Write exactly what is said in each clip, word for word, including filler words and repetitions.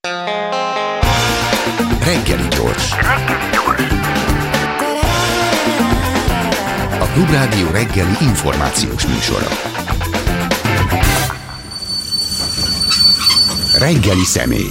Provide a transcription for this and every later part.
Reggeli gyors. A Klubrádió reggeli információs műsora. Reggeli személy.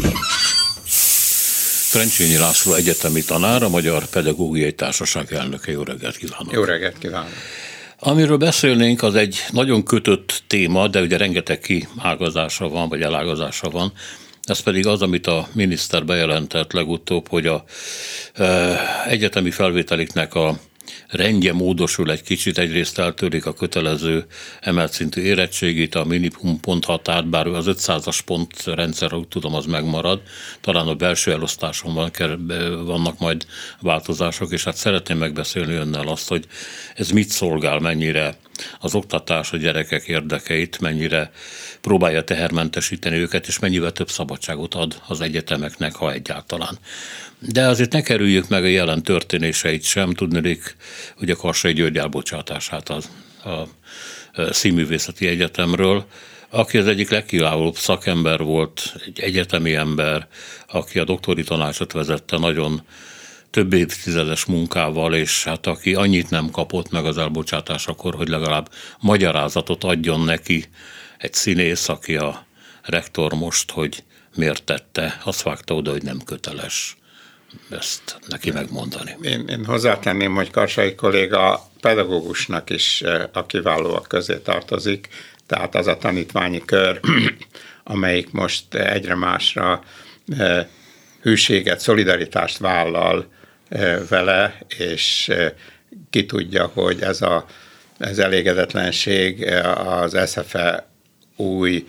Trencsényi László egyetemi tanár, a Magyar Pedagógiai Társaság elnöke. Jó reggelt kívánok! Jó reggelt kívánok! Amiről beszélnénk, az egy nagyon kötött téma, de ugye rengeteg kiágazása van, vagy elágazása van. Ez pedig az, amit a miniszter bejelentett legutóbb, hogy a e, egyetemi felvételiknek a rendje módosul egy kicsit, egyrészt eltörik a kötelező emelt szintű érettségit, a minimum ponthatárt, bár az ötszázas pontrendszer, úgy tudom, az megmarad, talán a belső elosztáson van, vannak majd változások, és hát szeretném megbeszélni önnel azt, hogy ez mit szolgál, mennyire az oktatás a gyerekek érdekeit, mennyire próbálja tehermentesíteni őket, és mennyivel több szabadságot ad az egyetemeknek, ha egyáltalán. De azért ne kerüljük meg a jelen történéseit sem, tudniillik, ugye Karsai György elbocsátását a, a Színművészeti Egyetemről, aki az egyik legkiválóbb szakember volt, egy egyetemi ember, aki a doktori tanácsot vezette nagyon több évtizedes munkával, és hát aki annyit nem kapott meg az elbocsátásakor, hogy legalább magyarázatot adjon neki egy színész, aki a rektor most, hogy miért tette, azt vágta oda, hogy nem köteles ezt neki megmondani. Én, én hozzátenném, hogy Karsai kolléga pedagógusnak is a kiválóak közé tartozik, tehát az a tanítványi kör, amelyik most egyre másra hűséget, szolidaritást vállal vele, és ki tudja, hogy ez a ez elégedetlenség az es ef e új,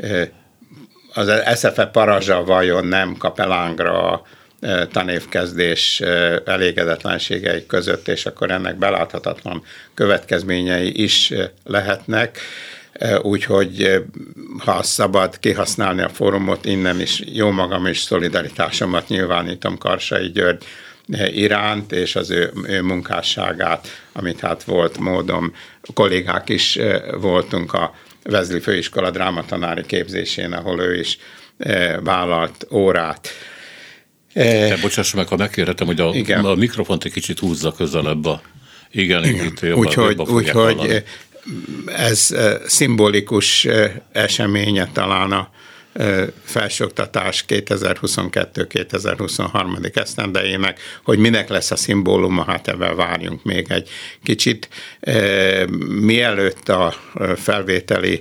az es ef e parazsa vajon nem kap elángra a tanévkezdés elégedetlenségei között, és akkor ennek beláthatatlan következményei is lehetnek. Úgyhogy ha szabad kihasználni a fórumot, innen is jó magam is szolidaritásomat nyilvánítom Karsai György iránt, és az ő, ő munkásságát, amit hát volt módom, kollégák is voltunk a Vezli Főiskola drámatanári képzésén, ahol ő is vállalt órát. De bocsássa meg, ha megkérhetem, hogy a, a mikrofont egy kicsit húzza közelebb a igen, igen. Úgyhogy úgy, ez szimbolikus eseménye talán a felsőoktatás kétezer-huszonkettő kétezer-huszonhárom esztendejének, hogy minek lesz a szimbóluma, hát ebben várjunk még egy kicsit. Mielőtt a felvételi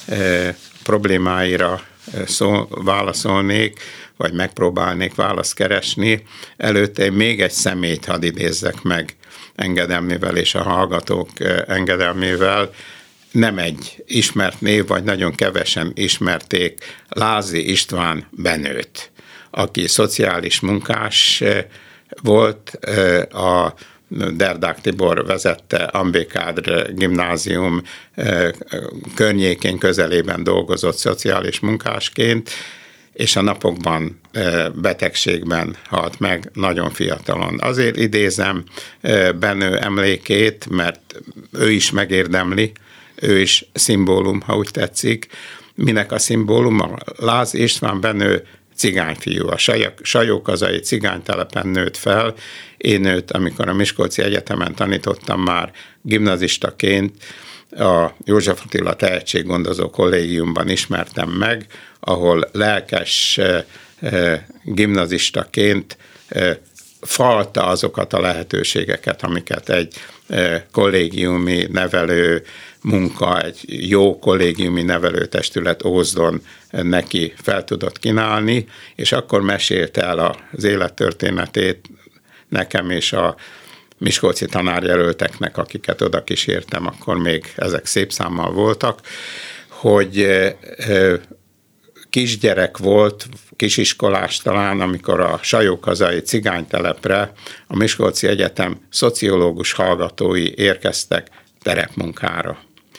problémáira szó, válaszolnék, vagy megpróbálnék választ keresni, előtte még egy személyt hadd idézzek meg engedelmével és a hallgatók engedelmével. Nem egy ismert név, vagy nagyon kevesen ismerték Lázi István Benőt, aki szociális munkás volt, a Derdák Tibor vezette Ambékádr gimnázium környékén, közelében dolgozott szociális munkásként, és a napokban betegségben halt meg nagyon fiatalon. Azért idézem Benő emlékét, mert ő is megérdemli, ő is szimbólum, ha úgy tetszik. Minek a szimbóluma? Láz István Benő cigányfiú, a sajókazai cigánytelepen nőtt fel. Én őt, amikor a Miskolci Egyetemen tanítottam már gimnazistaként, a József Attila Tehetséggondozó Kollégiumban ismertem meg, ahol lelkes gimnazistaként falta azokat a lehetőségeket, amiket egy kollégiumi nevelő munka, egy jó kollégiumi nevelőtestület Ózdon neki fel tudott kínálni, és akkor mesélte el az élettörténetét nekem és a miskolci tanárjelölteknek, akiket oda kísértem, akkor még ezek szép számmal voltak, hogy kisgyerek volt, kisiskolás talán, amikor a sajókazai cigánytelepre a Miskolci Egyetem szociológus hallgatói érkeztek terepmunkára.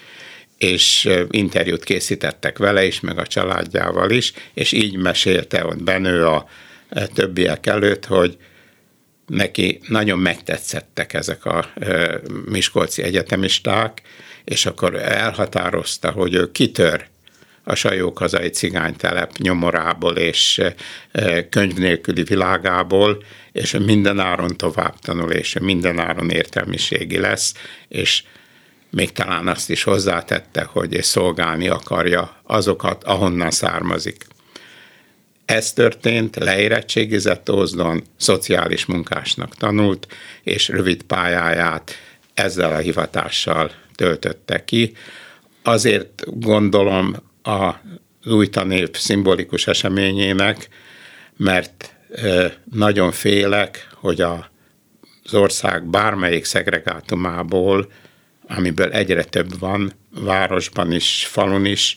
És interjút készítettek vele is, meg a családjával is, és így mesélte ott Benő a többiek előtt, hogy neki nagyon megtetszettek ezek a miskolci egyetemisták, és akkor elhatározta, hogy ő kitör a Sajók hazai cigánytelep nyomorából és könyv nélküli világából, és mindenáron tovább tanul, és mindenáron értelmiségi lesz, és még talán azt is hozzátette, hogy szolgálni akarja azokat, ahonnan származik. Ez történt, leérettségizett Ózdon, szociális munkásnak tanult, és rövid pályáját ezzel a hivatással töltötte ki. Azért gondolom az új tanév szimbolikus eseményének, mert nagyon félek, hogy az ország bármelyik szegregátumából, amiből egyre több van, városban is, falun is,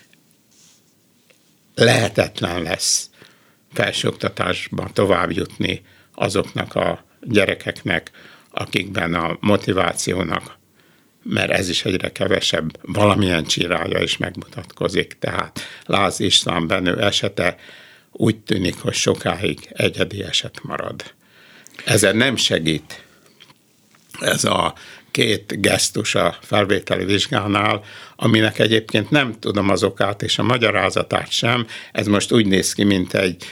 lehetetlen lesz felsőoktatásban tovább jutni azoknak a gyerekeknek, akikben a motivációnak, mert ez is egyre kevesebb, valamilyen csirája is megmutatkozik. Tehát Láz István Benő esete úgy tűnik, hogy sokáig egyedi eset marad. Ezen nem segít ez a két gesztus a felvételi vizsgánál, aminek egyébként nem tudom az okát és a magyarázatát sem. Ez most úgy néz ki, mint egy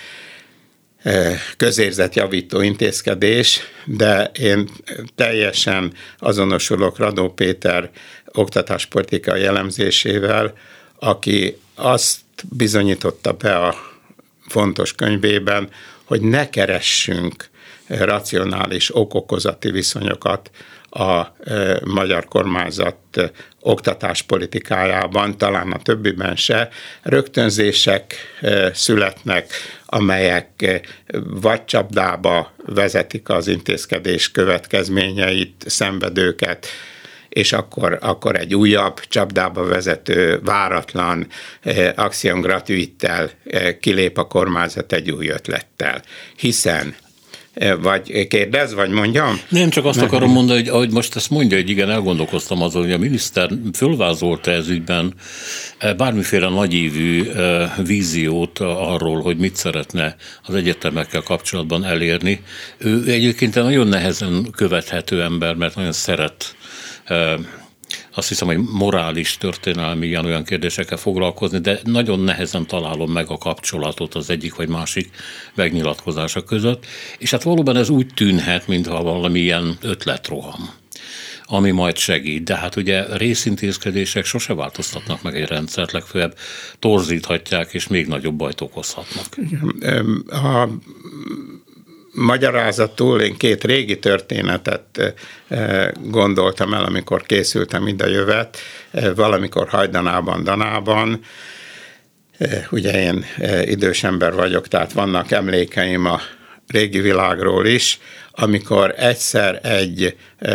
közérzetjavító intézkedés, de én teljesen azonosulok Radó Péter oktatáspolitikai elemzésével, aki azt bizonyította be a fontos könyvében, hogy ne keressünk racionális ok-okozati viszonyokat a magyar kormányzat oktatáspolitikájában, talán a többiben se. Rögtönzések születnek, amelyek vagy csapdába vezetik az intézkedés következményeit, szenvedőket, és akkor, akkor egy újabb csapdába vezető, váratlan axiom gratuittel kilép a kormányzat egy új ötlettel. Hiszen vagy kérdez, vagy mondjam? Nem, csak azt akarom mondani, hogy ahogy most ezt mondja, hogy igen, elgondolkoztam azon, hogy a miniszter fölvázolta ez ügyben bármiféle nagyívű víziót arról, hogy mit szeretne az egyetemekkel kapcsolatban elérni. Ő egyébként egy nagyon nehezen követhető ember, mert nagyon szeret azt hiszem, hogy morális, történelmi ilyen olyan kérdésekkel foglalkozni, de nagyon nehezen találom meg a kapcsolatot az egyik vagy másik megnyilatkozása között, és hát valóban ez úgy tűnhet, mintha valamilyen ötletroham, ami majd segít, de hát ugye részintézkedések sose változtatnak meg egy rendszert, legfeljebb torzíthatják, és még nagyobb bajt okozhatnak. A magyarázatul én két régi történetet gondoltam el, amikor készültem ide jövet, valamikor Hajdanában, Danában. Ugye én idős ember vagyok, tehát vannak emlékeim a régi világról is, amikor egyszer egy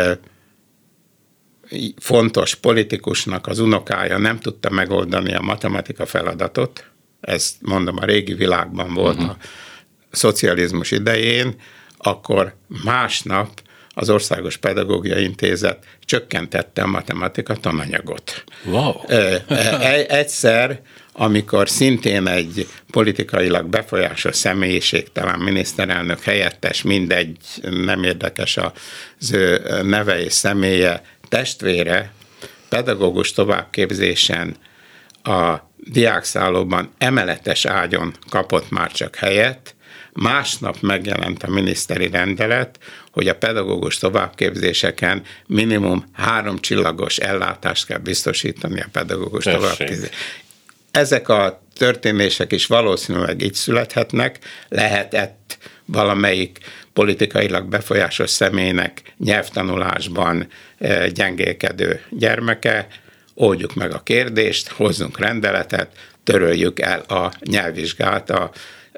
fontos politikusnak az unokája nem tudta megoldani a matematika feladatot, ezt mondom, a régi világban volt uh-huh. a szocializmus idején, akkor másnap az Országos Pedagógiai Intézet csökkentette a matematika tananyagot. Wow. Egyszer, amikor szintén egy politikailag befolyásos személyiség, talán miniszterelnök helyettes, mindegy, nem érdekes az ő neve és személye, testvére pedagógus továbbképzésen a diákszállóban emeletes ágyon kapott már csak helyet, másnap megjelent a miniszteri rendelet, hogy a pedagógus továbbképzéseken minimum három csillagos ellátást kell biztosítani a pedagógus Tessék. továbbképzéseken. Ezek a történések is valószínűleg így születhetnek, lehetett valamelyik politikailag befolyásos személynek nyelvtanulásban gyengélkedő gyermeke, oldjuk meg a kérdést, hozzunk rendeletet, töröljük el a nyelvvizsgát, a,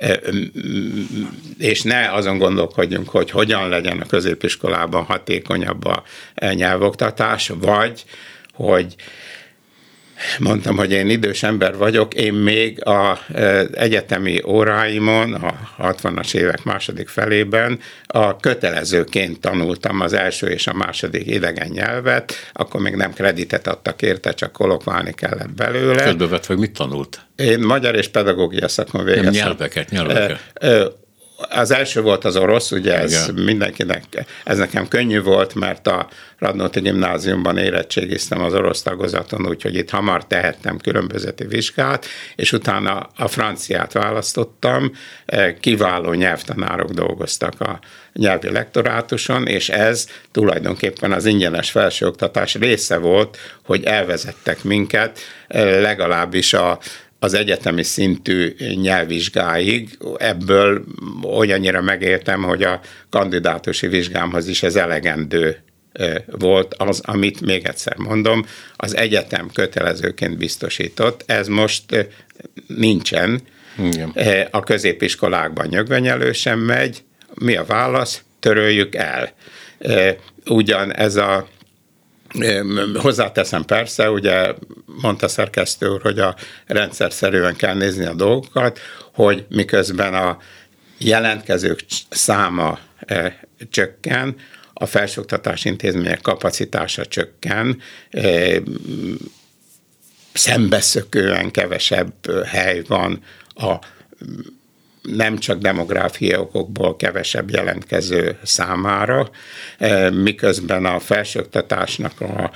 és ne azon gondolkodjunk, hogy hogyan legyen a középiskolában hatékonyabb a nyelvoktatás, vagy hogy mondtam, hogy én idős ember vagyok, én még az egyetemi óráimon, a hatvanas évek második felében a kötelezőként tanultam az első és a második idegen nyelvet, akkor még nem kreditet adtak érte, csak kolokválni kellett belőle. Közbevetve, hogy mit tanult? Én magyar és pedagógia szakon végeztem. Nem, nyelveket, nyelveket. az első volt az orosz, ugye ez igen. mindenkinek, ez nekem könnyű volt, mert a Radnóti Gimnáziumban érettségiztem az orosz tagozaton, úgyhogy itt hamar tehettem különbözeti vizsgát, és utána a franciát választottam, kiváló nyelvtanárok dolgoztak a nyelvi lektorátuson, és ez tulajdonképpen az ingyenes felsőoktatás része volt, hogy elvezettek minket legalábbis a az egyetemi szintű nyelvvizsgáig. Ebből olyannyira megértem, hogy a kandidátusi vizsgámhoz is ez elegendő volt az, amit még egyszer mondom, az egyetem kötelezőként biztosított. Ez most nincsen. Igen. A középiskolákban nyögvenyelő sem megy. Mi a válasz? Töröljük el. Ugyan ez a hozzáteszem persze, ugye mondta szerkesztő úr, hogy a rendszerszerűen kell nézni a dolgokat, hogy miközben a jelentkezők száma e, csökken, a felsőoktatási intézmények kapacitása csökken, e, szembeszökően kevesebb hely van a nem csak demográfiai okokból kevesebb jelentkező számára, miközben a felsőoktatásnak a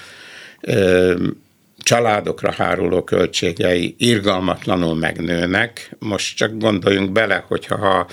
családokra háruló költségei irgalmatlanul megnőnek. Most csak gondoljunk bele, hogyha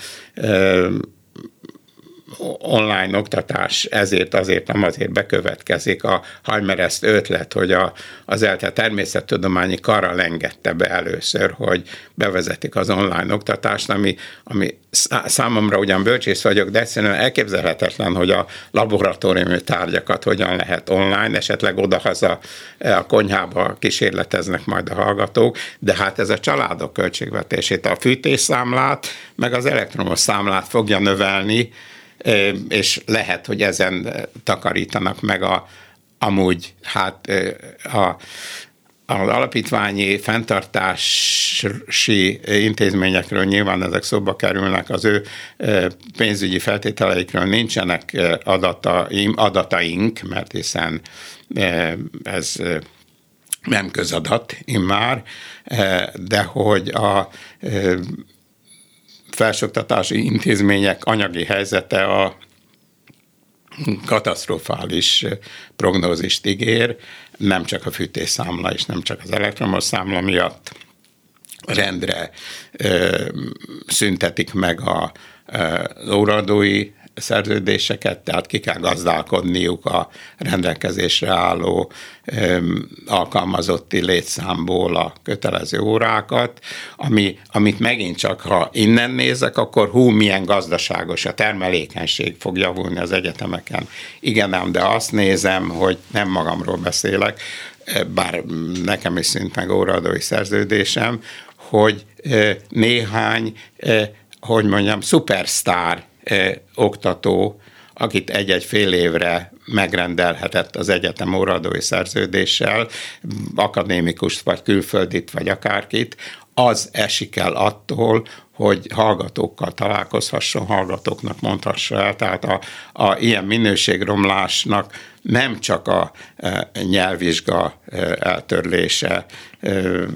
online oktatás ezért, azért, nem azért bekövetkezik. A hajmereszt ötlet, hogy a, az ELTE természettudományi kara lengette be először, hogy bevezetik az online oktatást, ami, ami számomra ugyan bölcsész vagyok, de egyszerűen elképzelhetetlen, hogy a laboratóriumi tárgyakat hogyan lehet online, esetleg odahaza a konyhába kísérleteznek majd a hallgatók, de hát ez a családok költségvetését, a fűtésszámlát, meg az elektromos számlát fogja növelni, és lehet, hogy ezen takarítanak meg a, amúgy hát a, az alapítványi fenntartási intézményekről nyilván ezek szóba kerülnek, az ő pénzügyi feltételeikről nincsenek adataim, adataink, mert hiszen ez nem közadat immár, de hogy a felsőoktatási intézmények anyagi helyzete a katasztrofális prognózist ígér, nem csak a fűtésszámla és nem csak az elektromos számla miatt rendre ö, szüntetik meg a, az óraadói szerződéseket, tehát ki kell gazdálkodniuk a rendelkezésre álló öm, alkalmazotti létszámból a kötelező órákat, ami, amit megint csak, ha innen nézek, akkor hú, milyen gazdaságos, a termelékenység fog javulni az egyetemeken. Igen ám, de azt nézem, hogy nem magamról beszélek, bár nekem is szűnt meg óraadói szerződésem, hogy néhány, hogy mondjam, szupersztár oktató, akit egy-egy fél évre megrendelhetett az egyetem óraadói szerződéssel, akadémikust, vagy külföldit, vagy akárkit, az esik el attól, hogy hallgatókkal találkozhasson, hallgatóknak mondhassa el. Tehát a, a ilyen minőségromlásnak nem csak a e, nyelvvizsga e, eltörlése e,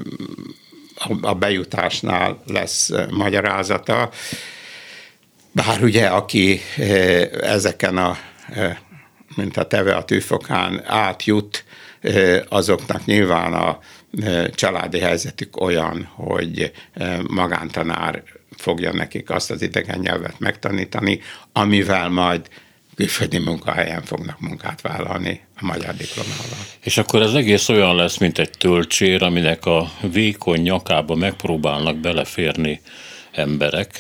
a bejutásnál lesz magyarázata, bár ugye, aki ezeken a, mint a teve a tűfokán átjut, azoknak nyilván a családi helyzetük olyan, hogy magántanár fogja nekik azt az idegen nyelvet megtanítani, amivel majd külföldi munkahelyen fognak munkát vállalni a magyar diplomával. És akkor az egész olyan lesz, mint egy tölcsér, aminek a vékony nyakába megpróbálnak beleférni emberek,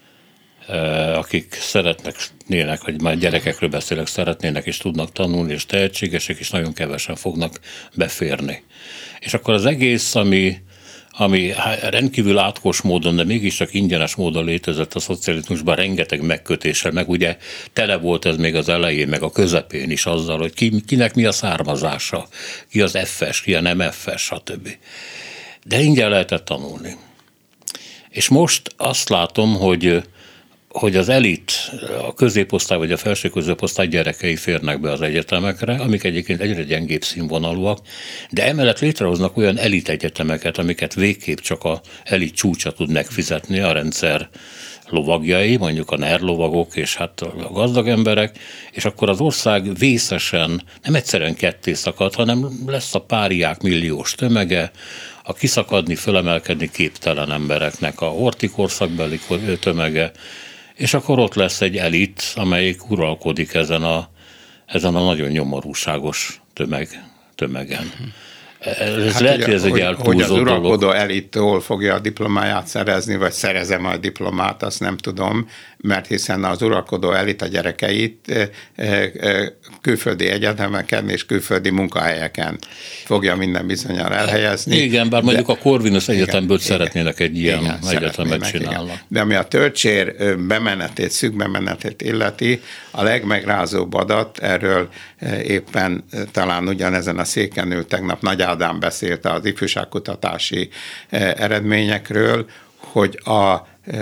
akik szeretnének, vagy már gyerekekről beszélek, szeretnének és tudnak tanulni, és tehetségesek, és nagyon kevesen fognak beférni. És akkor az egész, ami, ami rendkívül átkos módon, de mégiscsak ingyenes módon létezett a szocializmusban, rengeteg megkötéssel, meg ugye tele volt ez még az elején, meg a közepén is azzal, hogy ki, kinek mi a származása, ki az ef-es, ki a nem ef-es, stb. De ingyen lehetett tanulni. És most azt látom, hogy hogy az elit, a középosztály vagy a felső középosztály gyerekei férnek be az egyetemekre, amik egyébként egyre gyengébb színvonalúak, de emellett létrehoznak olyan elit egyetemeket, amiket végképp csak a elit csúcsa tud megfizetni a rendszer lovagjai, mondjuk a NER lovagok és hát a gazdag emberek, és akkor az ország vészesen nem egyszerűen ketté szakad, hanem lesz a páriák milliós tömege, a kiszakadni, fölemelkedni képtelen embereknek a hortikorszakbeli tömege, és akkor ott lesz egy elit, amelyik uralkodik ezen a, ezen a nagyon nyomorúságos tömeg, tömegen. Ez hát lehet, hogy ez egy eltúlzott hogy az uralkodó dolog. elittől fogja a diplomáját szerezni, vagy szereze majd diplomát, azt nem tudom, mert hiszen az uralkodó elit a gyerekeit külföldi egyetemeken és külföldi munkahelyeken fogja minden bizonnyal elhelyezni. Igen, bár mondjuk de, a Corvinus Egyetemből igen, szeretnének egy ilyen igen, egyetemet csinálni. Igen. De ami a töltsér bemenetét, szűk bemenetét illeti, a legmegrázóbb adat, erről éppen talán ugyanezen a széken ül tegnap Nagy Ádám beszélt az ifjúságkutatási eredményekről, hogy a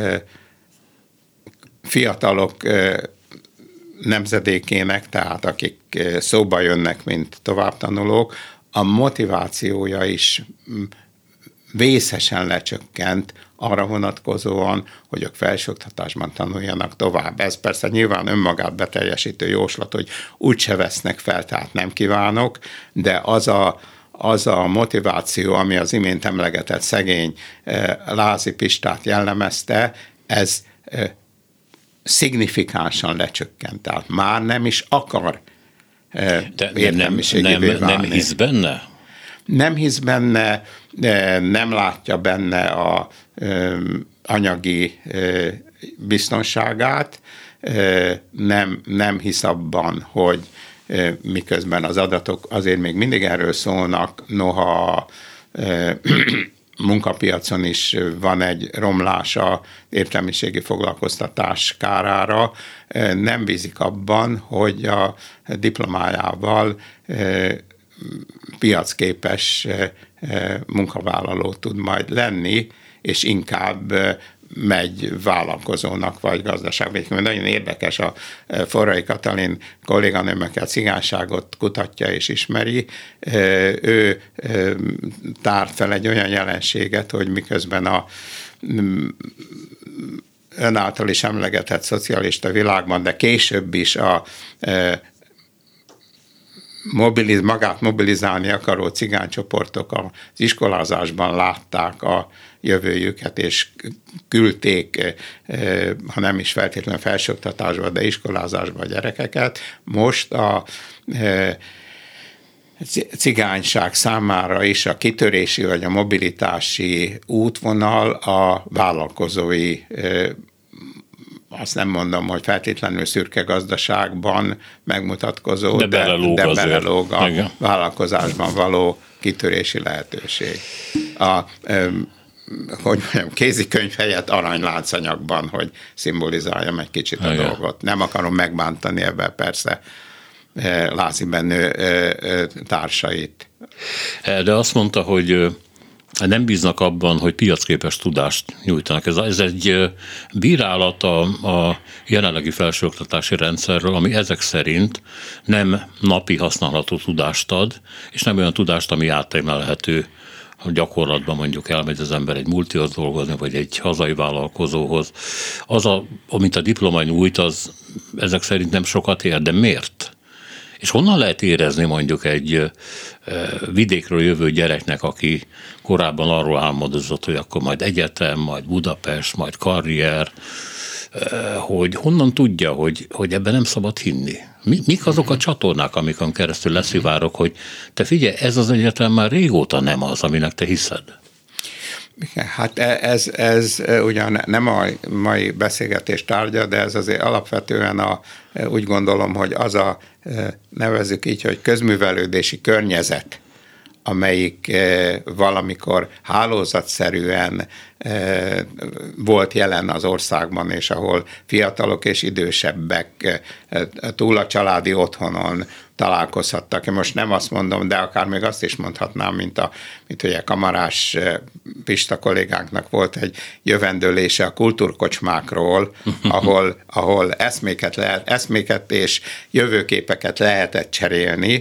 fiatalok nemzedékének, tehát akik szóba jönnek, mint továbbtanulók, a motivációja is vészesen lecsökkent arra vonatkozóan, hogy ők felsőoktatásban tanuljanak tovább. Ez persze nyilván önmagát beteljesítő jóslat, hogy úgyse vesznek fel, tehát nem kívánok, de az a az a motiváció, ami az imént emlegetett szegény Lázi Pistát jellemezte, ez szignifikánsan lecsökkent. Tehát már nem is akar értelmiségévé nem, nem, nem hisz benne? Nem hisz benne, nem látja benne a anyagi biztonságát, nem, nem hisz abban, hogy miközben az adatok azért még mindig erről szólnak, noha munkapiacon is van egy romlás a értelmiségi foglalkoztatás kárára, nem bízik abban, hogy a diplomájával piacképes munkavállaló tud majd lenni, és inkább megy vállalkozónak vagy gazdaságban. Nagyon érdekes, a Forrai Katalin kolléganőmmel cigányságot kutatja és ismeri. Ő tárt fel egy olyan jelenséget, hogy miközben a ön által is emlegetett szocialista világban, de később is a mobiliz, magát mobilizálni akaró cigánycsoportok az iskolázásban látták a jövőjüket, és küldték, ha nem is feltétlenül felsőoktatásba, de iskolázásba a gyerekeket. Most a cigányság számára is a kitörési vagy a mobilitási útvonal a vállalkozói, azt nem mondom, hogy feltétlenül szürke gazdaságban megmutatkozó, de, de belelóg, de belelóg a igen. vállalkozásban való kitörési lehetőség. A, hogy mondjam, kézikönyv helyett aranyláncanyagban, hogy szimbolizálja egy kicsit a igen. dolgot. Nem akarom megbántani ebben persze Lázi Benő társait. De azt mondta, hogy nem bíznak abban, hogy piacképes tudást nyújtanak. Ez, ez egy bírálat a, a jelenlegi felsőoktatási rendszerről, ami ezek szerint nem napi használható tudást ad, és nem olyan tudást, ami áttermelhető a gyakorlatban, mondjuk elmegy az ember egy multihoz dolgozni, vagy egy hazai vállalkozóhoz. Az, a, amit a diploma nyújt, az ezek szerint nem sokat ér, de miért? És honnan lehet érezni mondjuk egy vidékről jövő gyereknek, aki korábban arról álmodozott, hogy akkor majd egyetem, majd Budapest, majd karrier, hogy honnan tudja, hogy, hogy ebben nem szabad hinni? Mi, mik azok a csatornák, amikon keresztül leszivárok, hogy te figyelj, ez az egyetem már régóta nem az, aminek te hiszed? Hát ez, ez ugyan nem a mai beszélgetés tárgya, de ez azért alapvetően a, úgy gondolom, hogy az a, nevezzük így, hogy közművelődési környezet, amelyik valamikor hálózatszerűen volt jelen az országban, és ahol fiatalok és idősebbek túl a családi otthonon találkozhattak. Én most nem azt mondom, de akár még azt is mondhatnám, mint a mint ugye Kamarás Pista kollégánknak volt egy jövendőlése a kultúrkocsmákról, ahol, ahol eszméket, lehet, eszméket és jövőképeket lehetett cserélni,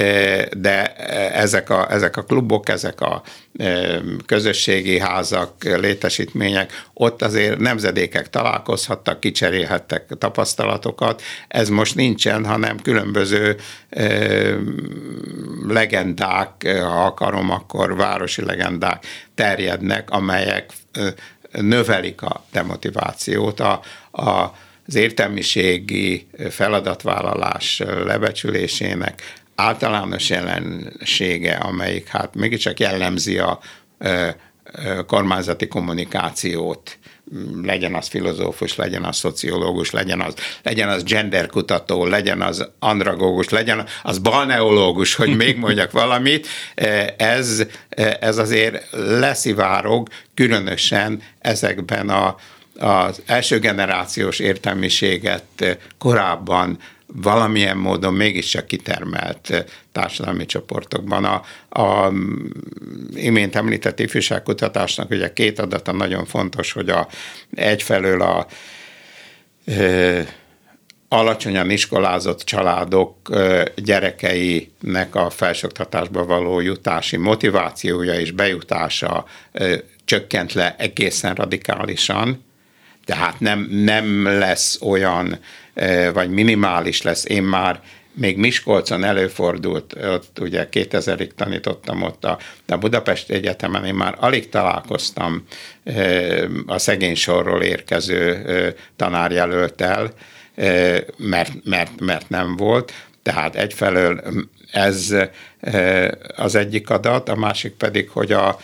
de ezek a, ezek a klubok, ezek a közösségi házak, létesítmények, ott azért nemzedékek találkozhattak, kicserélhettek tapasztalatokat, ez most nincsen, hanem különböző ö, legendák, ha akarom, akkor városi legendák terjednek, amelyek ö, növelik a demotivációt, a, a, az értelmiségi feladatvállalás lebecsülésének általános jelensége, amelyik hát mégiscsak jellemzi a ö, ö, kormányzati kommunikációt, legyen az filozófus, legyen az szociológus, legyen az, legyen az genderkutató, legyen az andragógus, legyen az balneológus, hogy még mondjak valamit, ez, ez azért leszivárog, különösen ezekben a, az első generációs értelmiséget korábban valamilyen módon mégiscsak kitermelt társadalmi csoportokban. A, a imént említett ifjúságkutatásnak ugye két adata nagyon fontos, hogy a, egyfelől a e, alacsonyan iskolázott családok e, gyerekeinek a felsőoktatásba való jutási motivációja és bejutása e, csökkent le egészen radikálisan, tehát nem, nem lesz olyan, vagy minimális lesz. Én már még Miskolcon előfordult, ott ugye kétezerig tanítottam ott a, a Budapesti Egyetemen, én már alig találkoztam a szegény sorról érkező tanárjelölttel, mert, mert, mert nem volt. Tehát egyfelől ez az egyik adat, a másik pedig, hogy a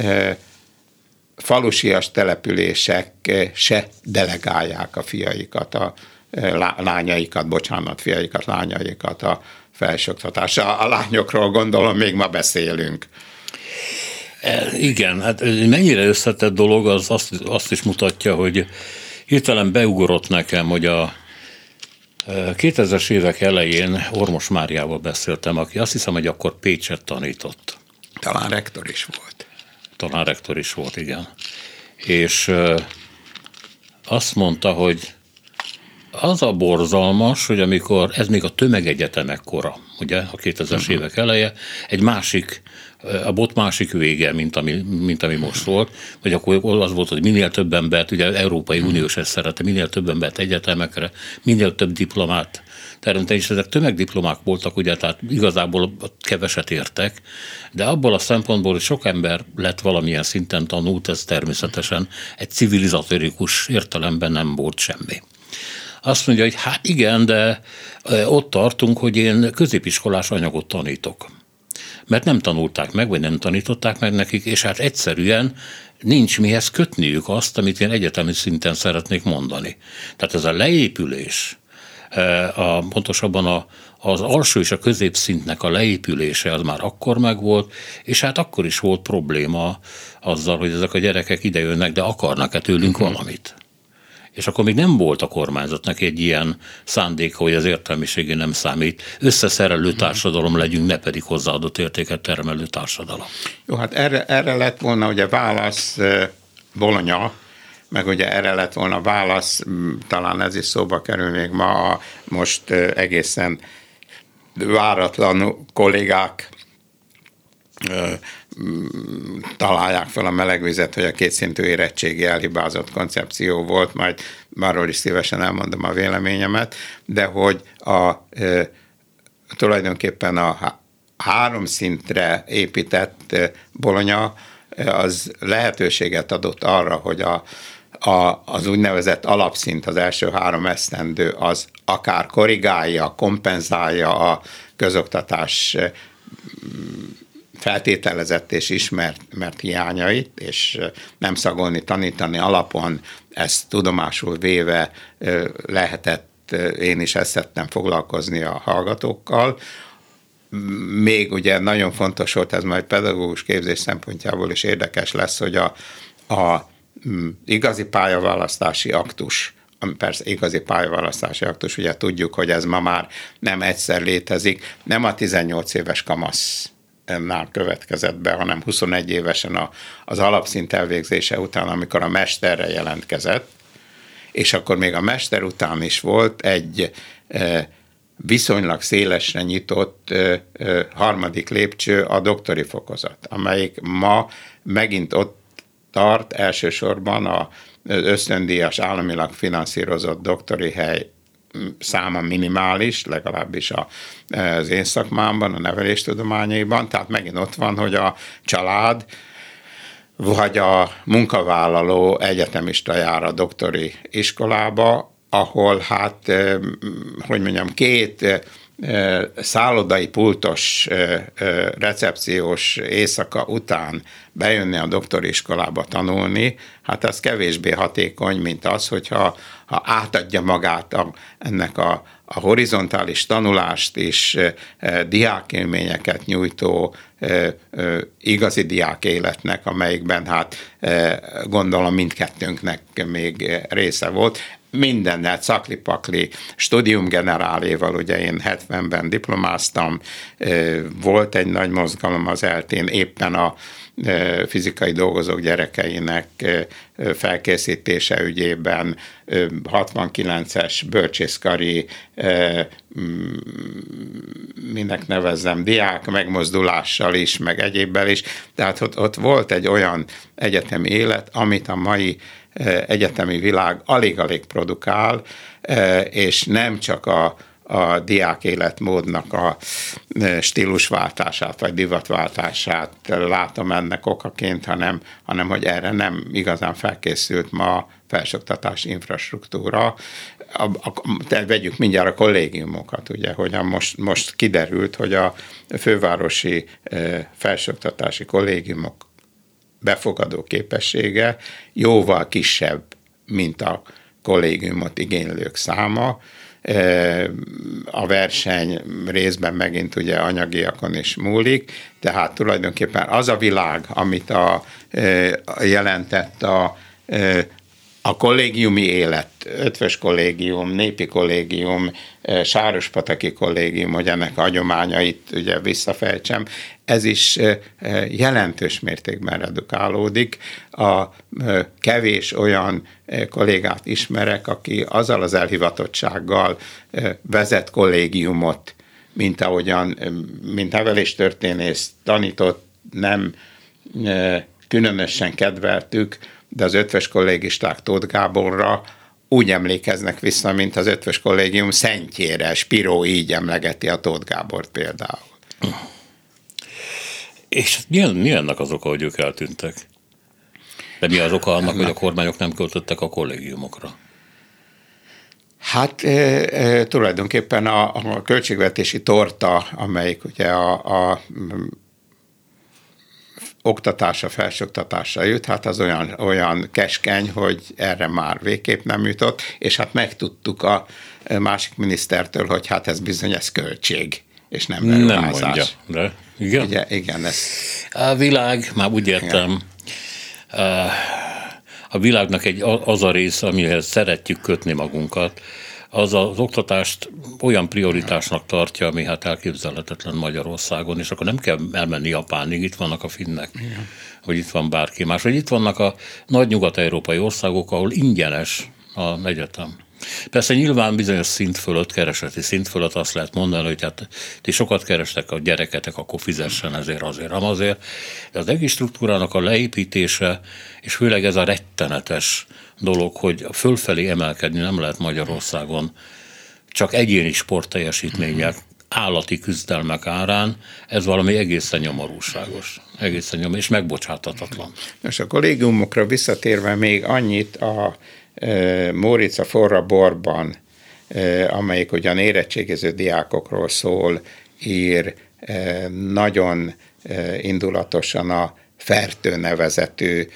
falusias települések se delegálják a fiaikat, a lányaikat, bocsánat, fiaikat, lányaikat a felsőoktatásra. A lányokról gondolom még ma beszélünk. Igen, hát mennyire összetett dolog, az azt, azt is mutatja, hogy hirtelen beugrott nekem, hogy a kétezres évek elején Ormos Máriával beszéltem, aki azt hiszem, hogy akkor Pécset tanított. Talán rektor is volt. Talán rektor is volt, igen. És azt mondta, hogy az a borzalmas, hogy amikor, ez még a tömegegyetemek kora, ugye, a kétezres uh-huh. évek eleje, egy másik, a bot másik vége, mint ami, mint ami most volt, vagy akkor az volt, hogy minél több embert, ugye Európai uh-huh. Uniós ezt szerette, minél több embert egyetemekre, minél több diplomát teremteni, és ezek tömegdiplomák voltak, ugye, tehát igazából keveset értek, de abból a szempontból, hogy sok ember lett valamilyen szinten tanult, ez természetesen egy civilizatórikus értelemben nem volt semmi. Azt mondja, hogy hát igen, de ott tartunk, hogy én középiskolás anyagot tanítok. Mert nem tanulták meg, vagy nem tanították meg nekik, és hát egyszerűen nincs mihez kötniük azt, amit én egyetemi szinten szeretnék mondani. Tehát ez a leépülés, a, pontosabban a, az alsó és a középszintnek a leépülése az már akkor megvolt, és hát akkor is volt probléma azzal, hogy ezek a gyerekek idejönnek, de akarnak-e tőlünk valamit. És akkor még nem volt a kormányzatnak egy ilyen szándéka, hogy az értelmiségi nem számít. Összeszerelő társadalom legyünk, ne pedig hozzáadott értéket termelő társadalom. Jó, hát erre, erre lett volna ugye válasz Bologna, meg ugye erre lett volna válasz, talán ez is szóba kerül még ma, a most egészen váratlan kollégák találják fel a melegvizet, hogy a kétszintű érettségi elhibázott koncepció volt, majd arról is szívesen elmondom a véleményemet, de hogy a, e, tulajdonképpen a három szintre épített Bologna az lehetőséget adott arra, hogy a, a, az úgynevezett alapszint, az első három esztendő, az akár korrigálja, kompenzálja a közoktatás feltételezett és ismert mert hiányait, és nem szagolni, tanítani alapon ezt tudomásul véve lehetett, én is ezt szerettem foglalkozni a hallgatókkal. Még ugye nagyon fontos volt, ez majd pedagógus képzés szempontjából is érdekes lesz, hogy a, a igazi pályaválasztási aktus, persze igazi pályaválasztási aktus, ugye tudjuk, hogy ez ma már nem egyszer létezik, nem a tizennyolc éves kamasz nál következett be, hanem huszonegy évesen a, az alapszint elvégzése után, amikor a mesterre jelentkezett, és akkor még a mester után is volt egy e, viszonylag szélesre nyitott e, e, harmadik lépcső, a doktori fokozat, amelyik ma megint ott tart, elsősorban az ösztöndíjas államilag finanszírozott doktori hely száma minimális, legalábbis az én szakmámban, a neveléstudományaiban, tehát megint ott van, hogy a család vagy a munkavállaló egyetemista jár a doktori iskolába, ahol hát, hogy mondjam, két szállodai pultos recepciós éjszaka után bejönni a doktori iskolába tanulni, hát az kevésbé hatékony, mint az, hogyha ha átadja magát a, ennek a, a horizontális tanulást és e, diákélményeket nyújtó e, e, igazi diák életnek, amelyikben hát e, gondolom mindkettőnknek még része volt. Mindennel, szakli-pakli, studium generáléval, ugye én hetvenben diplomáztam, volt egy nagy mozgalom az eltén, éppen a fizikai dolgozók gyerekeinek felkészítése ügyében hatvankilences bölcsészkari, minek nevezzem, diák megmozdulással is, meg egyébbel is, tehát ott, ott volt egy olyan egyetemi élet, amit a mai egyetemi világ alig-alig produkál, és nem csak a, a diák életmódnak a stílusváltását, vagy divatváltását látom ennek okaként, hanem, hanem hogy erre nem igazán felkészült ma a felsőoktatási infrastruktúra. A, a, vegyük mindjárt a kollégiumokat, ugye, hogy most, most kiderült, hogy a fővárosi felsőoktatási kollégiumok befogadó képessége jóval kisebb, mint a kollégiumot igénylők száma. A verseny részben megint ugye anyagiakon is múlik, tehát tulajdonképpen az a világ, amit a, jelentett a, a kollégiumi élet, Ötvös kollégium, Népi kollégium, Sárospataki kollégium, hogy ennek a hagyományait ugye visszafejtsem, ez is jelentős mértékben redukálódik. A kevés olyan kollégát ismerek, aki azzal az elhivatottsággal vezet kollégiumot, mint ahogyan, mint neveléstörténész tanított, nem különösen kedveltük, de az ötvös kollégisták Tóth Gáborra úgy emlékeznek vissza, mint az ötvös kollégium szentjére. Spiró így emlegeti a Tóth Gábort például. És mi, mi ennek az oka, hogy ők eltűntek? De mi az oka annak, hogy a kormányok nem költöttek a kollégiumokra? Hát e, e, tulajdonképpen a, a költségvetési torta, amelyik ugye a, a oktatásra, felsőoktatásra jut, hát az olyan, olyan keskeny, hogy erre már végképp nem jutott, és hát megtudtuk a másik minisztertől, hogy hát ez bizony ez költség, és nem beruházás. Nem mondja, de igen. Ugye, igen, ez... A világ, már úgy értem, igen. A világnak egy, az a rész, amihez szeretjük kötni magunkat, az az oktatást olyan prioritásnak tartja, ami hát elképzelhetetlen Magyarországon, és akkor nem kell elmenni Japánig, itt vannak a finnek, igen. Hogy itt van bárki más, vagy itt vannak a nagy nyugat-európai országok, ahol ingyenes az egyetem. Persze nyilván bizonyos szint fölött, kereseti szint fölött azt lehet mondani, hogy hát ti sokat kerestek a gyereketek, akkor fizessen ezért, azért, amazért. De az egész struktúrának a leépítése, és főleg ez a rettenetes dolog, hogy fölfelé emelkedni nem lehet Magyarországon, csak egyéni sportteljesítmények, állati küzdelmek árán, ez valami egészen nyomorúságos, egészen nyomorúságos, és megbocsátatatlan. Most a kollégiumokra visszatérve még annyit, a Móric a Forra borban, amelyik ugyan érettségiző diákokról szól, ír nagyon indulatosan a Fertő nevezetű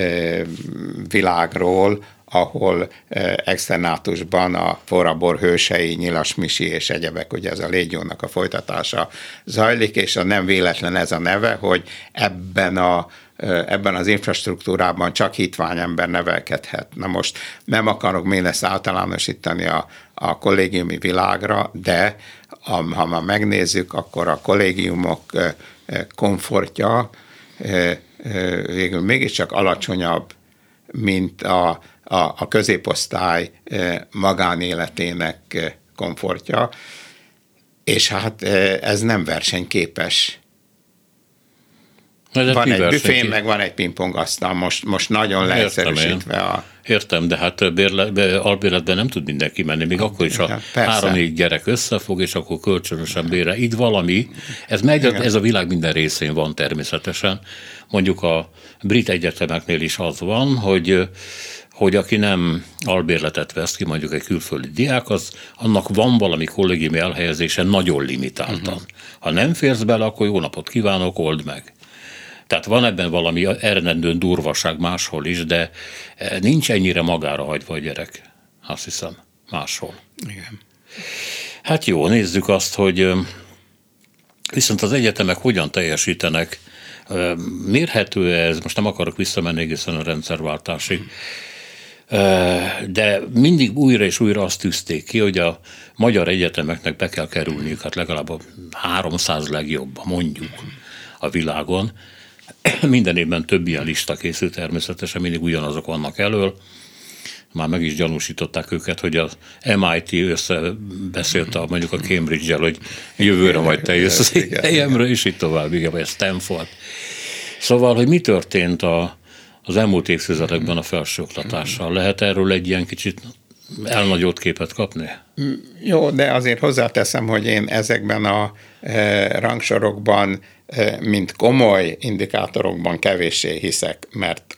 világról, ahol externátusban a forrabor hősei, Nyilas Misi és egyebek, ugye ez a légiónak a folytatása zajlik, és a nem véletlen ez a neve, hogy ebben a ebben az infrastruktúrában csak hitvány ember nevelkedhet. Na most nem akarok még ezt általánosítani a, a kollégiumi világra, de ha már megnézzük, akkor a kollégiumok komfortja végül mégiscsak alacsonyabb, mint a, a, a középosztály magánéletének komfortja, és hát ez nem versenyképes. Van egy büfé, meg van egy pingpongasztal, most, most nagyon leegyszerűsítve a... Értem, de hát bérle, albérletben nem tud mindenki menni, még akkor is a három-négy gyerek összefog, és akkor kölcsönösen bérel. Így valami, ez megy, ez a világ minden részén van természetesen. Mondjuk a brit egyetemeknél is az van, hogy hogy aki nem albérletet vesz ki, mondjuk egy külföldi diák, az, annak van valami kollégiumi elhelyezése nagyon limitáltan. Uh-huh. Ha nem férsz bele, akkor jó napot kívánok, old meg. Tehát van ebben valami eredendően durvaság máshol is, de nincs ennyire magára hagyva a gyerek, azt hiszem, máshol. Igen. Hát jó, nézzük azt, hogy viszont az egyetemek hogyan teljesítenek. Mérhető ez, most nem akarok visszamenni egészen a rendszerváltásig, de mindig újra és újra azt tűzték ki, hogy a magyar egyetemeknek be kell kerülniük, hát legalább a háromszáz legjobb, mondjuk a világon. Minden évben több ilyen lista készül természetesen, mindig ugyanazok vannak elől. Már meg is gyanúsították őket, hogy az em i té összebeszélt a, mondjuk a Cambridge-el, hogy jövőre majd te jössz az helyemre, és így tovább, igen, vagy Stanford. Szóval, hogy mi történt a, az elmúlt évtizedekben a felsőoktatással? Lehet erről egy ilyen kicsit elnagyolt képet kapni? Jó, de azért hozzáteszem, hogy én ezekben a e, rangsorokban, e, mint komoly indikátorokban kevéssé hiszek, mert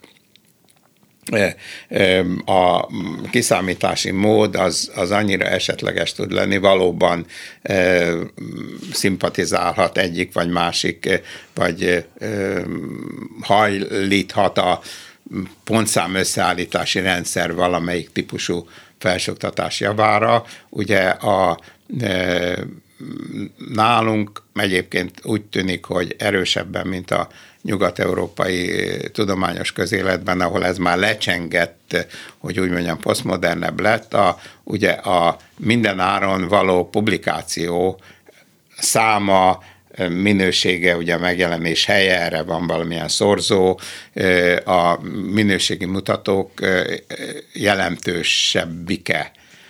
a kiszámítási mód az, az annyira esetleges tud lenni, valóban e, szimpatizálhat egyik vagy másik, vagy e, hajlíthat a pontszám összeállítási rendszer valamelyik típusú felsőoktatás javára. Ugye a e, nálunk egyébként úgy tűnik, hogy erősebben, mint a nyugat-európai tudományos közéletben, ahol ez már lecsengett, hogy úgy mondjam, posztmodernebb lett, a, ugye a minden áron való publikáció száma, minősége, ugye a megjelenés helye, erre van valamilyen szorzó, a minőségi mutatók jelentősebbike.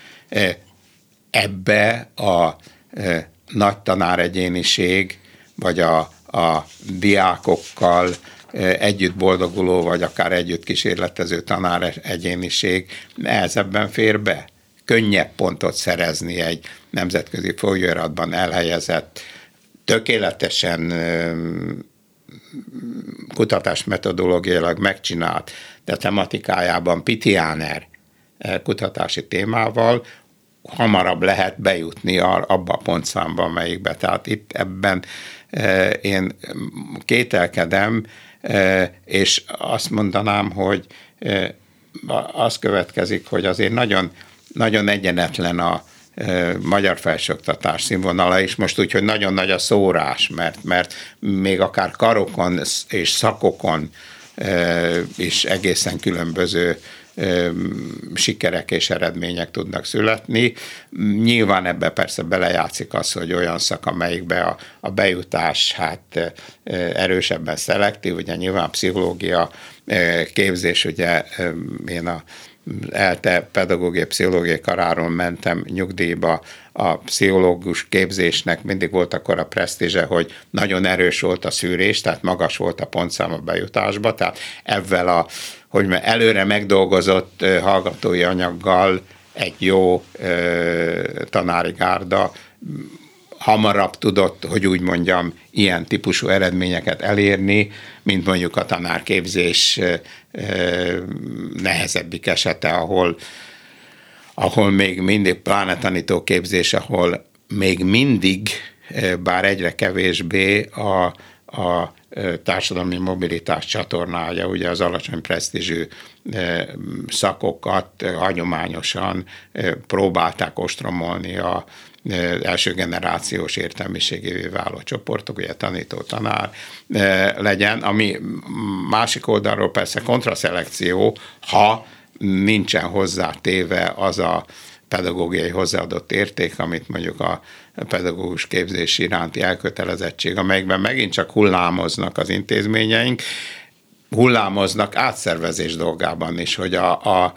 Ebbe a nagy tanáregyéniség, vagy a, a diákokkal együtt boldoguló, vagy akár együtt kísérletező tanáregyéniség nehezebben fér be. Könnyebb pontot szerezni egy nemzetközi folyóiratban elhelyezett, tökéletesen kutatásmetodológiailag megcsinált, de tematikájában Pitiáner kutatási témával hamarabb lehet bejutni abba a pontszámba, amelyikbe. Tehát itt ebben én kételkedem, és azt mondanám, hogy az következik, hogy azért nagyon, nagyon egyenetlen a magyar felsőoktatás színvonala is, most úgy, hogy nagyon nagy a szórás, mert, mert még akár karokon és szakokon is egészen különböző sikerek és eredmények tudnak születni. Nyilván ebbe persze belejátszik az, hogy olyan szak, amelyikbe a, a bejutás hát erősebben szelektív, ugye nyilván pszichológia képzés, ugye én a ELTE pedagógiai pszichológiai karáron mentem nyugdíjba, a pszichológus képzésnek mindig volt akkor a presztízse, hogy nagyon erős volt a szűrés, tehát magas volt a pontszám a bejutásba, tehát ezzel a, hogy előre megdolgozott hallgatói anyaggal egy jó tanári gárda hamarabb tudott, hogy úgy mondjam, ilyen típusú eredményeket elérni, mint mondjuk a tanárképzés nehezebbik esete, ahol, ahol még mindig, pláne tanítóképzés, ahol még mindig, bár egyre kevésbé a, a társadalmi mobilitás csatornája, ugye az alacsony presztízsű szakokat hagyományosan próbálták ostromolni a első generációs értelmiségévé váló csoportok, ugye tanító, tanár legyen, ami másik oldalról persze kontraszelekció, ha nincsen hozzátéve az a pedagógiai hozzáadott érték, amit mondjuk a pedagógus képzés iránti elkötelezettség, amelyikben megint csak hullámoznak az intézményeink. hullámoznak átszervezés dolgában is, hogy a, a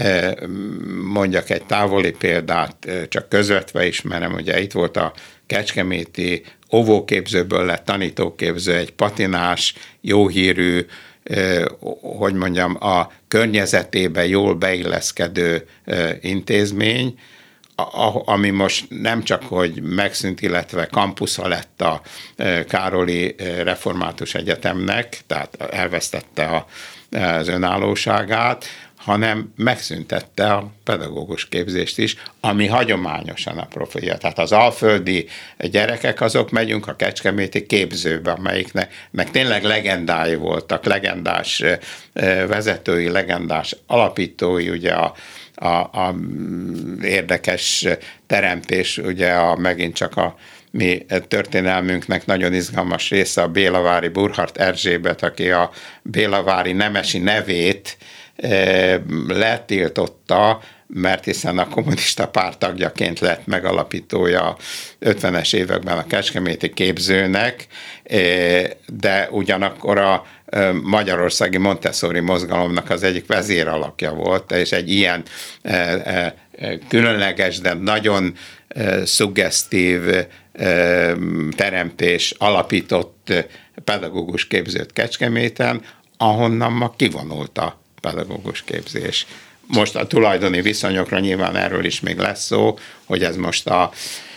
mondjak egy távoli példát, csak közvetve ismerem, ugye itt volt a kecskeméti óvóképzőből lett tanítóképző, egy patinás, jó hírű, hogy mondjam, a környezetébe jól beilleszkedő intézmény, ami most nem csak, hogy megszűnt, illetve kampusza lett a Károli Református Egyetemnek, tehát elvesztette a, az önállóságát, hanem megszüntette a pedagógus képzést is, ami hagyományosan a profilja. Tehát az alföldi gyerekek, azok megyünk a kecskeméti képzőbe, amelyiknek meg tényleg legendái voltak, legendás vezetői, legendás alapítói, ugye a A, a érdekes teremtés, ugye a, megint csak a mi történelmünknek nagyon izgalmas része a bélavári Burkhard Erzsébet, aki a bélavári nemesi nevét e, letiltotta, mert hiszen a kommunista párt tagjaként lett megalapítója ötvenes években a kecskeméti képzőnek, de ugyanakkor a magyarországi Montessori mozgalomnak az egyik vezéralakja volt, és egy ilyen különleges, de nagyon szuggesztív teremtés alapított pedagógus képzőt Kecskeméten, ahonnan ma kivonult a pedagógus képzés. Most a tulajdoni viszonyokra nyilván erről is még lesz szó, hogy ez most a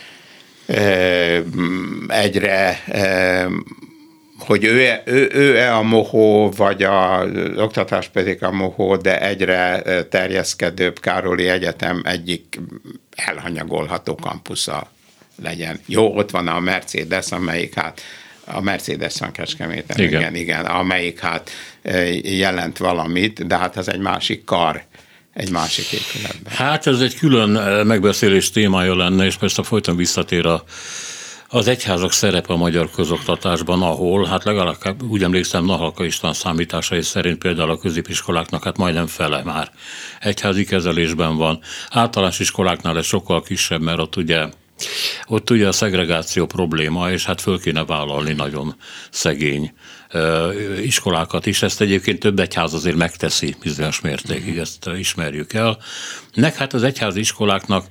e, egyre, e, hogy ő-e, ő, ő-e a mohó, vagy az oktatás pedig a mohó, de egyre terjeszkedőbb Károli Egyetem egyik elhanyagolható kampusza legyen. Jó, ott van a Mercedes, amelyik hát a Mercedes van Kecskeméten, igen. igen, igen, amelyik hát jelent valamit, de hát az egy másik kar, egy másik épületben. Hát ez egy külön megbeszélés témája lenne, és persze folyton visszatér a, az egyházak szerepe a magyar közoktatásban, ahol, hát legalább úgy emlékszem, Nahalka István számításai szerint például a középiskoláknak hát majdnem fele már egyházi kezelésben van. Általános iskoláknál ez sokkal kisebb, mert ott ugye Ott ugye a szegregáció probléma, és hát föl kéne vállalni nagyon szegény iskolákat is. Ezt egyébként több egyház azért megteszi bizonyos mértékig, ezt ismerjük el. Nek hát az egyházi iskoláknak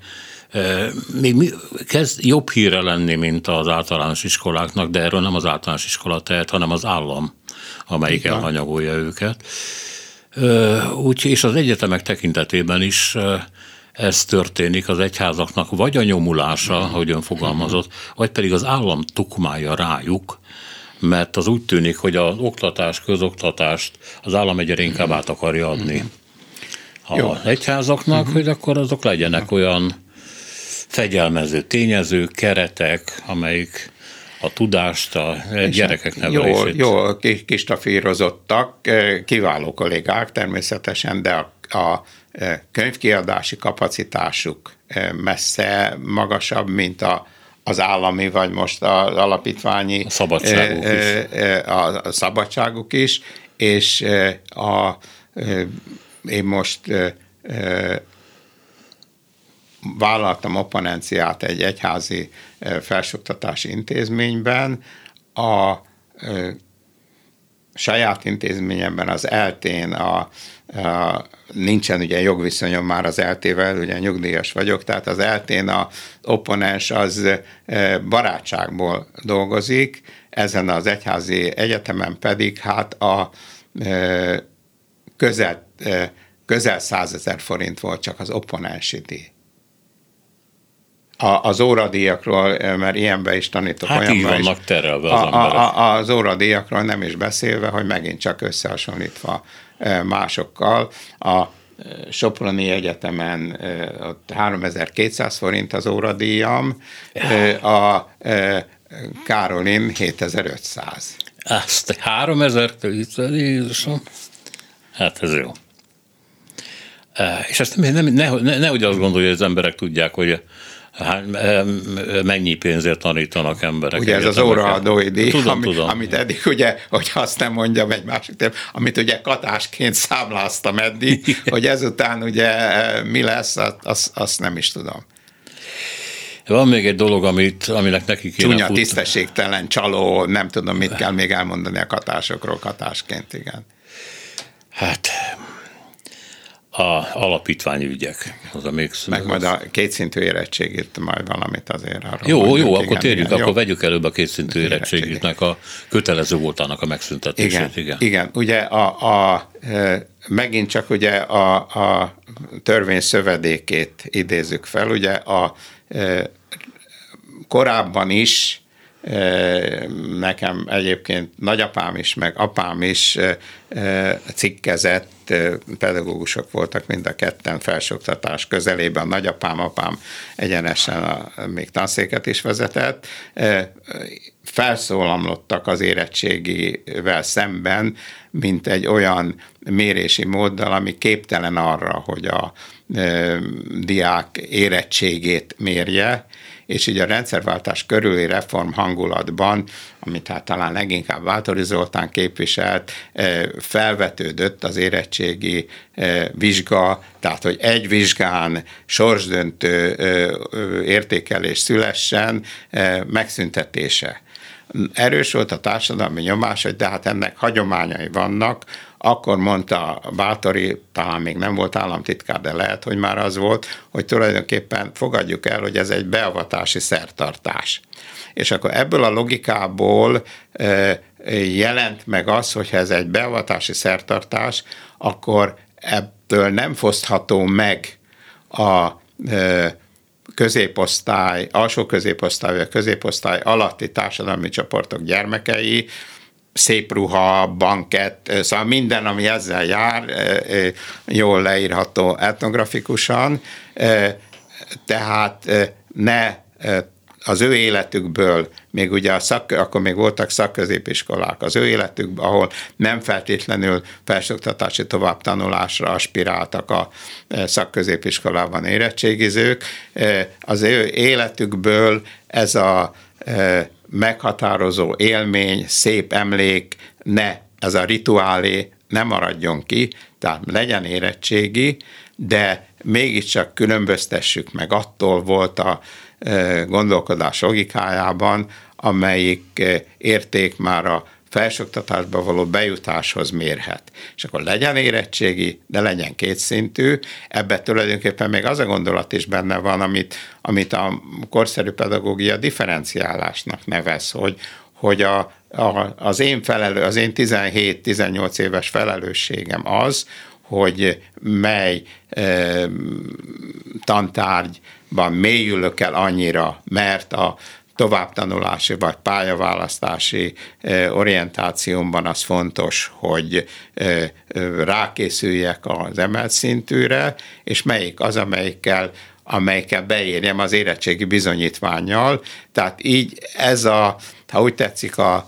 még kezd jobb híre lenni, mint az általános iskoláknak, de erről nem az általános iskola tehet, hanem az állam, amelyik elhanyagolja őket. Úgy, és az egyetemek tekintetében is ez történik, az egyházaknak vagy a nyomulása, ahogy ön fogalmazott, vagy pedig az állam tukmálja rájuk, mert az úgy tűnik, hogy az oktatás, közoktatást az állam egyre inkább át akarja adni az egyházaknak, hogy akkor azok legyenek olyan fegyelmező tényezők, keretek, amelyik a tudást, a gyerekek nevelését. Jól, jól kistafírozottak, kiváló kollégák természetesen, de a, a könyvkiadási kapacitásuk messze magasabb, mint a, az állami, vagy most az alapítványi a szabadságuk is. A, a szabadságuk is, és a, én most vállaltam opponenciát egy egyházi felsőoktatási intézményben. A saját intézményemben az eltén a, a, nincsen ugye jogviszonyom már az eltével, ugye nyugdíjas vagyok, tehát az eltén a opponens az barátságból dolgozik, ezen az egyházi egyetemen pedig hát a közel, közel százezer forint volt csak az opponensi díj. A, az óradíjakról, mert ilyenbe is tanítok, hát olyanban így vannak is, terelve az a, emberek. A, a, az óradíjakról nem is beszélve, hogy megint csak összehasonlítva másokkal. A Soproni Egyetemen ott háromezer-kétszáz forint az óradíjam, a Károlin hétezer-ötszáz. Ezt háromezer-kétszáz, Jézusom, hát ez jó. És ezt nem, nem, nehogy ne, ne, azt gondolja, hogy az emberek tudják, hogy hát, mennyi pénzért tanítanak emberek. Ugye ez az óraadói díj, tudom, ami, tudom. amit eddig ugye, hogy azt nem mondjam egy másik tér, amit ugye katásként számláztam eddig, hogy ezután ugye mi lesz, azt, azt nem is tudom. Van még egy dolog, amit, aminek neki kéne Csúnya, futni. tisztességtelen, csaló, nem tudom, mit kell még elmondani a katásokról katásként, igen. Hát a alapítványi ügyek. Az a még meg majd a kétszintű érettségét, majd valamit azért arra. Jó, mondjuk, jó, igen, akkor térjünk, igen, akkor jó. vegyük előbb a kétszintű érettségűnek a kötelező voltának a megszüntetését. Igen, igen. igen. Ugye a, a, megint csak ugye a, a törvény szövedékét idézzük fel, ugye a korábban is nekem egyébként nagyapám is, meg apám is cikkezett, pedagógusok voltak mind a ketten felsőoktatás közelében, nagyapám, apám egyenesen a, még tanszéket is vezetett, felszólamlottak az érettségivel szemben, mint egy olyan mérési móddal, ami képtelen arra, hogy a e, diák érettségét mérje, és így a rendszerváltás körüli reform hangulatban, amit hát talán leginkább Báthori Zoltán képviselt, felvetődött az érettségi vizsga, tehát hogy egy vizsgán sorsdöntő értékelés szülessen, megszüntetése. Erős volt a társadalmi nyomás, hogy de hát ennek hagyományai vannak. Akkor mondta Báthori, talán még nem volt államtitkár, de lehet, hogy már az volt, hogy tulajdonképpen fogadjuk el, hogy ez egy beavatási szertartás. És akkor ebből a logikából jelent meg az, hogy ha ez egy beavatási szertartás, akkor ebből nem fosztható meg a középosztály, alsó középosztály, vagy középosztály alatti társadalmi csoportok gyermekei, szép ruha, bankett, szóval minden, ami ezzel jár, jól leírható etnografikusan, tehát ne az ő életükből, még ugye a szak, akkor még voltak szakközépiskolák, az ő életükből, ahol nem feltétlenül felsőoktatási továbbtanulásra aspiráltak a szakközépiskolában érettségizők, az ő életükből ez a meghatározó élmény, szép emlék, ne, ez a rituálé ne maradjon ki, tehát legyen érettségi, de mégiscsak különböztessük meg, attól volt a gondolkodás logikájában, amelyik érték már a felsőoktatásba való bejutáshoz mérhet. És akkor legyen érettségi, de legyen kétszintű. Ebben tulajdonképpen még az a gondolat is benne van, amit, amit a korszerű pedagógia differenciálásnak nevez, hogy, hogy a, a, az én felelő, az én tizenhét-tizennyolc éves felelősségem az, hogy mely e, tantárgyban mélyülök el annyira, mert a továbbtanulási vagy pályaválasztási orientációmban az fontos, hogy rákészüljek az emelt szintűre, és melyik az, amelyikkel, amelyikkel beérjem az érettségi bizonyítvánnyal. Tehát így ez a, ha úgy tetszik, a,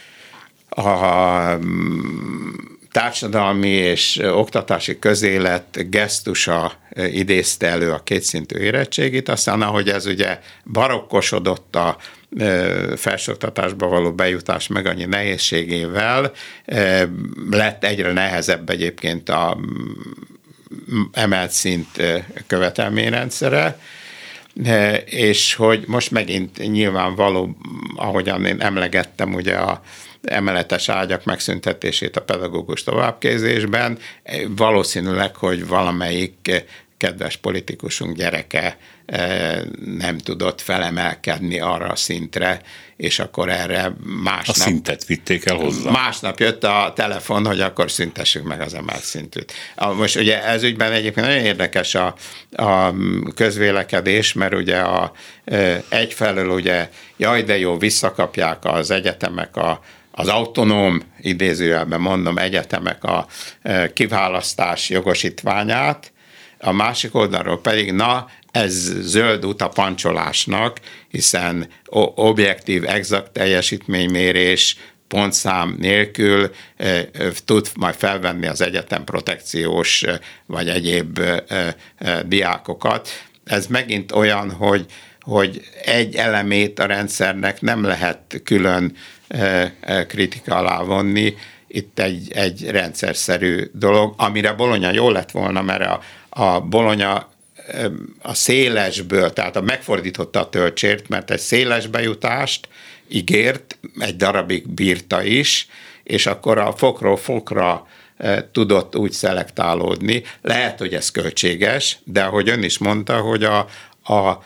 a társadalmi és oktatási közélet gesztusa idézte elő a kétszintű érettségit, aztán ahogy ez ugye barokkosodott a felsőoktatásba való bejutás meg annyi nehézségével, lett egyre nehezebb egyébként a emelt szint követelményrendszere, és hogy most megint nyilvánvaló, ahogyan én emlegettem, ugye a emeletes ágyak megszüntetését a pedagógus továbbképzésben, valószínűleg, hogy valamelyik kedves politikusunk gyereke nem tudott felemelkedni arra a szintre, és akkor erre másnap... A szintet vitték el hozzá. Másnap jött a telefon, hogy akkor szüntessük meg az emelt szintűt. Most ugye ez ügyben egyébként nagyon érdekes a, a közvélekedés, mert ugye a, egyfelől ugye jaj, de jó, visszakapják az egyetemek a az autonóm, idézőjelben mondom, egyetemek a kiválasztás jogosítványát, a másik oldalról pedig, na, ez zöld út a pancsolásnak, hiszen objektív, exakt teljesítménymérés, pontszám nélkül e, tud majd felvenni az egyetem protekciós vagy egyéb e, e, diákokat. Ez megint olyan, hogy, hogy egy elemét a rendszernek nem lehet külön kritika alá vonni, itt egy, egy rendszerszerű dolog, amire Bologna jól lett volna, mert a, a Bologna a szélesből, tehát a megfordította a töltsért, mert egy széles bejutást ígért, egy darabig bírta is, és akkor a fokról fokra tudott úgy szelektálódni. Lehet, hogy ez költséges, de ahogy ön is mondta, hogy a, a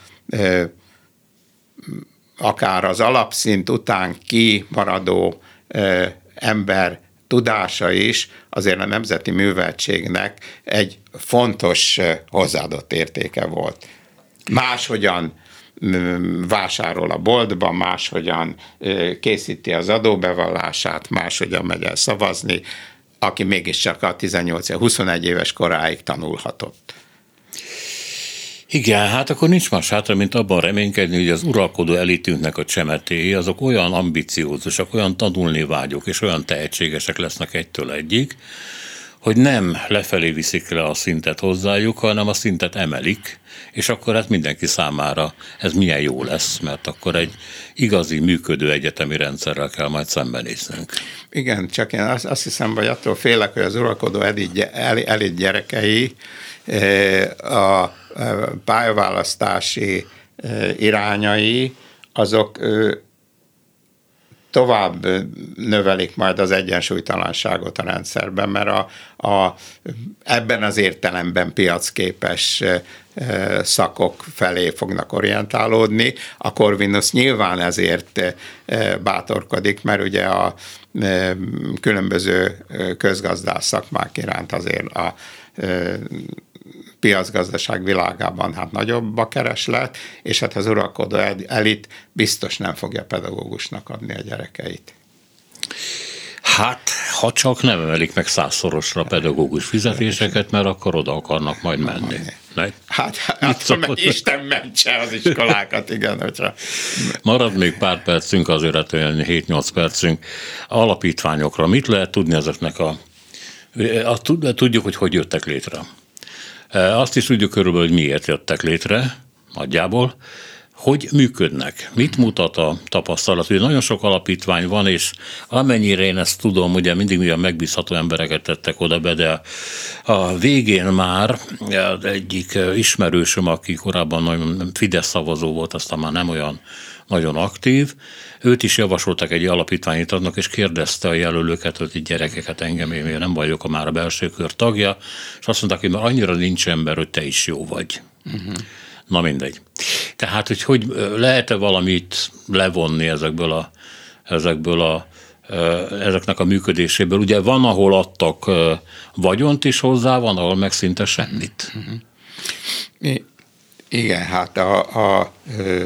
akár az alapszint után kimaradó ember tudása is azért a nemzeti műveltségnek egy fontos hozzáadott értéke volt. Máshogyan vásárol a boltban, máshogyan készíti az adóbevallását, máshogyan megy el szavazni, aki mégiscsak a tizennyolc-huszonegy éves koráig tanulhatott. Igen, hát akkor nincs más hátra, mint abban reménykedni, hogy az uralkodó elitünknek a csemetéi, azok olyan ambiciózusak, olyan tanulni vágyók, és olyan tehetségesek lesznek egytől egyig, hogy nem lefelé viszik le a szintet hozzájuk, hanem a szintet emelik, és akkor hát mindenki számára ez milyen jó lesz, mert akkor egy igazi működő egyetemi rendszerrel kell majd szembenéznünk. Igen, csak én azt, azt hiszem, vagy attól félek, hogy az uralkodó elit gyerekei a pályaválasztási irányai, azok tovább növelik majd az egyensúlytalanságot a rendszerben, mert a, a, ebben az értelemben piacképes szakok felé fognak orientálódni. A Corvinus nyilván ezért bátorkodik, mert ugye a különböző közgazdász szakmák iránt azért a piacgazdaság világában hát nagyobb a kereslet, és hát az uralkodó elit biztos nem fogja pedagógusnak adni a gyerekeit. Hát, ha csak nem emelik meg százszorosra a pedagógus fizetéseket, mert akkor oda akarnak majd menni. Ne? Hát, hát meg Isten mentse az iskolákat, igen. Hogyha... Marad még pár percünk, azért olyan hét-nyolc percünk. Alapítványokra mit lehet tudni ezeknek a... Tudjuk, hogy hogy jöttek létre. Azt is tudjuk körülbelül, hogy miért jöttek létre, nagyjából, hogy működnek. Mit mutat a tapasztalat? Ugye nagyon sok alapítvány van, és amennyire én ezt tudom, ugye mindig olyan megbízható embereket tettek oda be, de a végén már egyik ismerősöm, aki korábban nagyon Fidesz szavazó volt, aztán már nem olyan nagyon aktív, őt is javasoltak egy alapítványit adnak, és kérdezte a jelölőket, hogy gyerekeket, engem, én nem vagyok a már a belső kör tagja, és azt mondták, hogy már annyira nincs ember, hogy te is jó vagy. Uh-huh. Na mindegy. Tehát, hogy, hogy lehet-e valamit levonni ezekből a, ezekből a, ezeknek a működéséből? Ugye van, ahol adtak vagyont is hozzá, van, ahol meg szinte semmit. Uh-huh. I- igen, hát a, a, a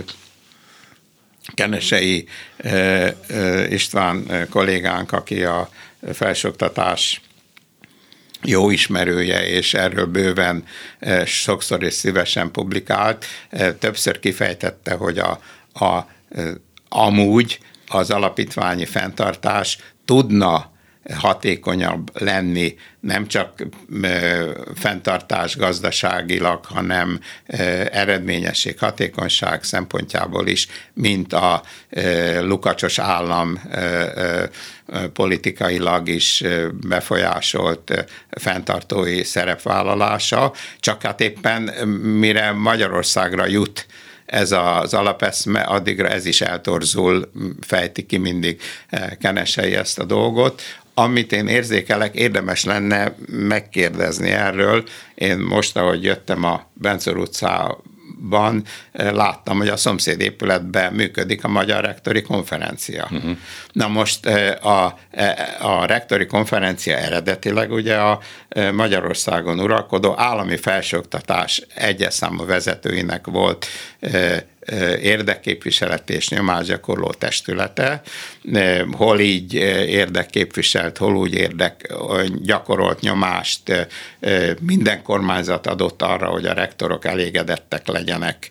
Kenesei István kollégánk, aki a felsőoktatás jó ismerője, és erről bőven sokszor és szívesen publikált, többször kifejtette, hogy a, a, amúgy az alapítványi fenntartás tudna hatékonyabb lenni, nem csak fenntartás gazdaságilag, hanem eredményesség, hatékonyság szempontjából is, mint a lukacsos állam politikailag is befolyásolt fenntartói szerepvállalása, csak hát éppen mire Magyarországra jut ez az alapeszme, addigra ez is eltorzul, fejti ki mindig Kenesei ezt a dolgot. Amit én érzékelek, érdemes lenne megkérdezni erről. Én most, ahogy jöttem a Bencor utcában, láttam, hogy a szomszédépületben működik a Magyar Rektori Konferencia. Uh-huh. Na most a, a rektori konferencia eredetileg ugye a Magyarországon uralkodó állami felsőoktatás egyes számú vezetőinek volt érdekképviselet és nyomásgyakorló testülete, hol így érdekképviselt, hol úgy érdek gyakorolt nyomást minden kormányzat adott arra, hogy a rektorok elégedettek legyenek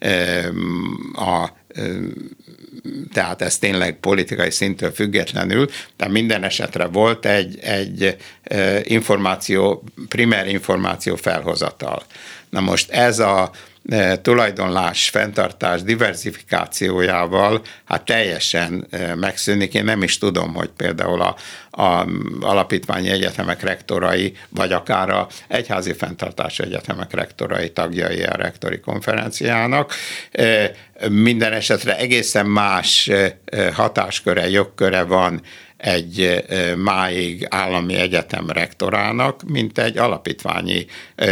a tehát ez tényleg politikai szinttől függetlenül, de minden esetre volt egy, egy információ, primer információ felhozatal. Na most ez a tulajdonlás, fenntartás, diversifikációjával hát teljesen megszűnik. Én nem is tudom, hogy például a, a alapítványi egyetemek rektorai, vagy akár a egyházi fenntartású egyetemek rektorai tagjai a rektori konferenciának. Minden esetre egészen más hatásköre, jogköre van egy máig állami egyetem rektorának, mint egy alapítványi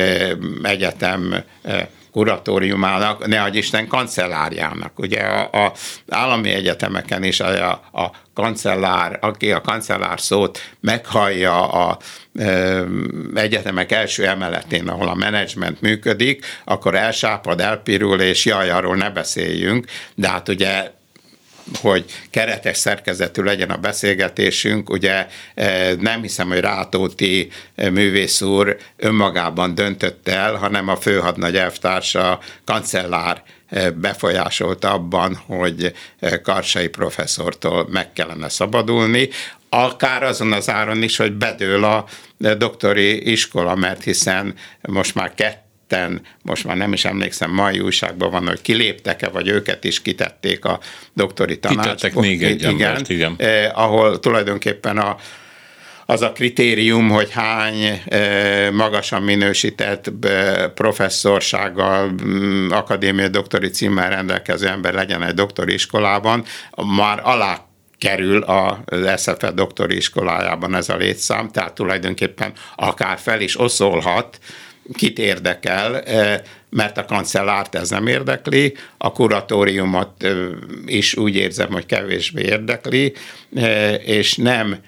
egyetem kuratóriumának, ne adj Isten, kancellárjának. Ugye a, a állami egyetemeken is a, a kancellár, aki a kancellár szót meghallja a e, egyetemek első emeletén, ahol a menedzsment működik, akkor elsápad, elpirul, és jaj, arról ne beszéljünk, de hát ugye hogy keretes szerkezetű legyen a beszélgetésünk, ugye nem hiszem, hogy Rátóti művész úr önmagában döntött el, hanem a főhadnagy elvtársa, kancellár befolyásolta abban, hogy Karsai professzortól meg kellene szabadulni, akár azon az áron is, hogy bedől a doktori iskola, mert hiszen most már kettő most már nem is emlékszem, mai újságban van, hogy kiléptek-e, vagy őket is kitették a doktori tanácsba. Kitettek még egy igen, embert, igen. Eh, ahol tulajdonképpen a, az a kritérium, hogy hány eh, magasan minősített eh, professzorsággal, mm, akadémiai doktori címmel rendelkező ember legyen egy doktori iskolában, már alá kerül az es ef e doktori iskolájában ez a létszám, tehát tulajdonképpen akár fel is oszolhat, kit érdekel, mert a kancellárt ez nem érdekli, a kuratóriumot is úgy érzem, hogy kevésbé érdekli, és nem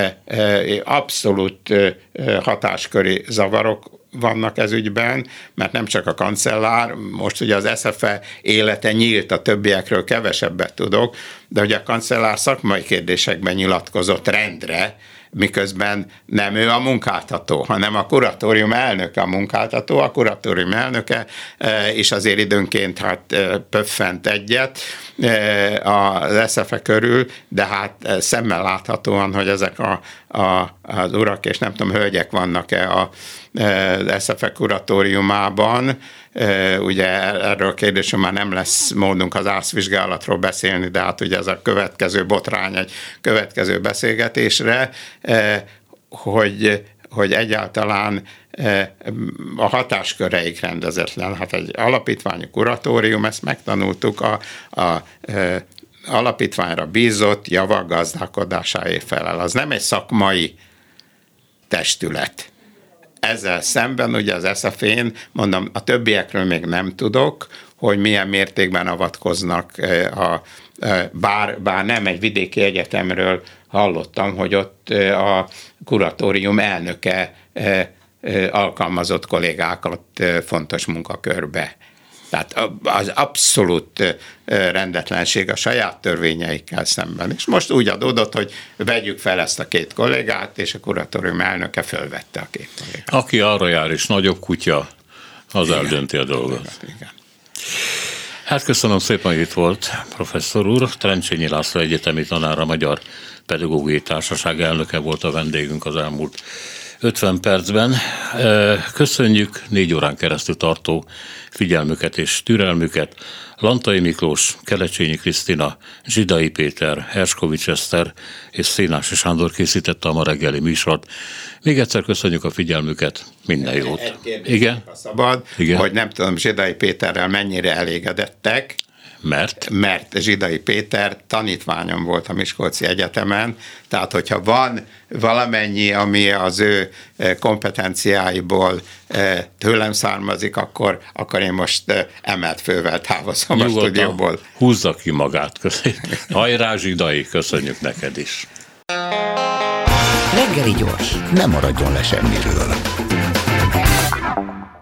abszolút hatásköri zavarok vannak ez ügyben, mert nem csak a kancellár, most ugye az es ef e élete nyílt, a többiekről kevesebbet tudok, de ugye a kancellár szakmai kérdésekben nyilatkozott rendre, miközben nem ő a munkáltató, hanem a kuratórium elnöke a munkáltató, a kuratórium elnöke, és azért időnként hát pöffent egyet az es ef e körül, de hát szemmel láthatóan, hogy ezek a, a, az urak, és nem tudom, hölgyek vannak-e az es ef e kuratóriumában, ugye erről a kérdésről már nem lesz módunk az ászvizsgálatról beszélni, de hát ugye ez a következő botrány egy következő beszélgetésre, hogy, hogy egyáltalán a hatásköreik rendezetlen. Hát egy alapítványi kuratórium, ezt megtanultuk, a, a alapítványra bízott javak gazdálkodásáért felel. Az nem egy szakmai testület. Ezzel szemben ugye az es ef én, mondom, a többiekről még nem tudok, hogy milyen mértékben avatkoznak, a, bár, bár nem egy vidéki egyetemről hallottam, hogy ott a kuratórium elnöke alkalmazott kollégákat fontos munkakörbe. Tehát az abszolút rendetlenség a saját törvényeikkel szemben. És most úgy adódott, hogy vegyük fel ezt a két kollégát, és a kuratórium elnöke fölvette a két kollégát. Aki arra jár, és nagyobb kutya, az igen, eldönti a dolgot. Igen, igen. Hát köszönöm szépen, hogy itt volt professzor úr. Trencsényi László egyetemi tanár, a Magyar Pedagógiai Társaság elnöke volt a vendégünk az elmúlt ötven percben. Köszönjük négy órán keresztül tartó figyelmüket és türelmüket. Lantai Miklós, Kelecsényi Krisztina, Zsidai Péter, Herskovics Eszter és Szénási Sándor készítette a ma reggeli műsort. Még egyszer köszönjük a figyelmüket, minden jót. Egy kérdés, igen? Ha szabad, igen? Hogy nem tudom, Zsidai Péterrel mennyire elégedettek, Mert? Mert Zsidai Péter tanítványom volt a Miskolci Egyetemen, tehát hogyha van valamennyi, ami az ő kompetenciáiból tőlem származik, akkor, akkor én most emelt fővel távozom a stúdióból. Húzza ki magát. Hajrá, Zsidai, köszönjük neked is. Reggeli gyors, nem maradjon le semmiről.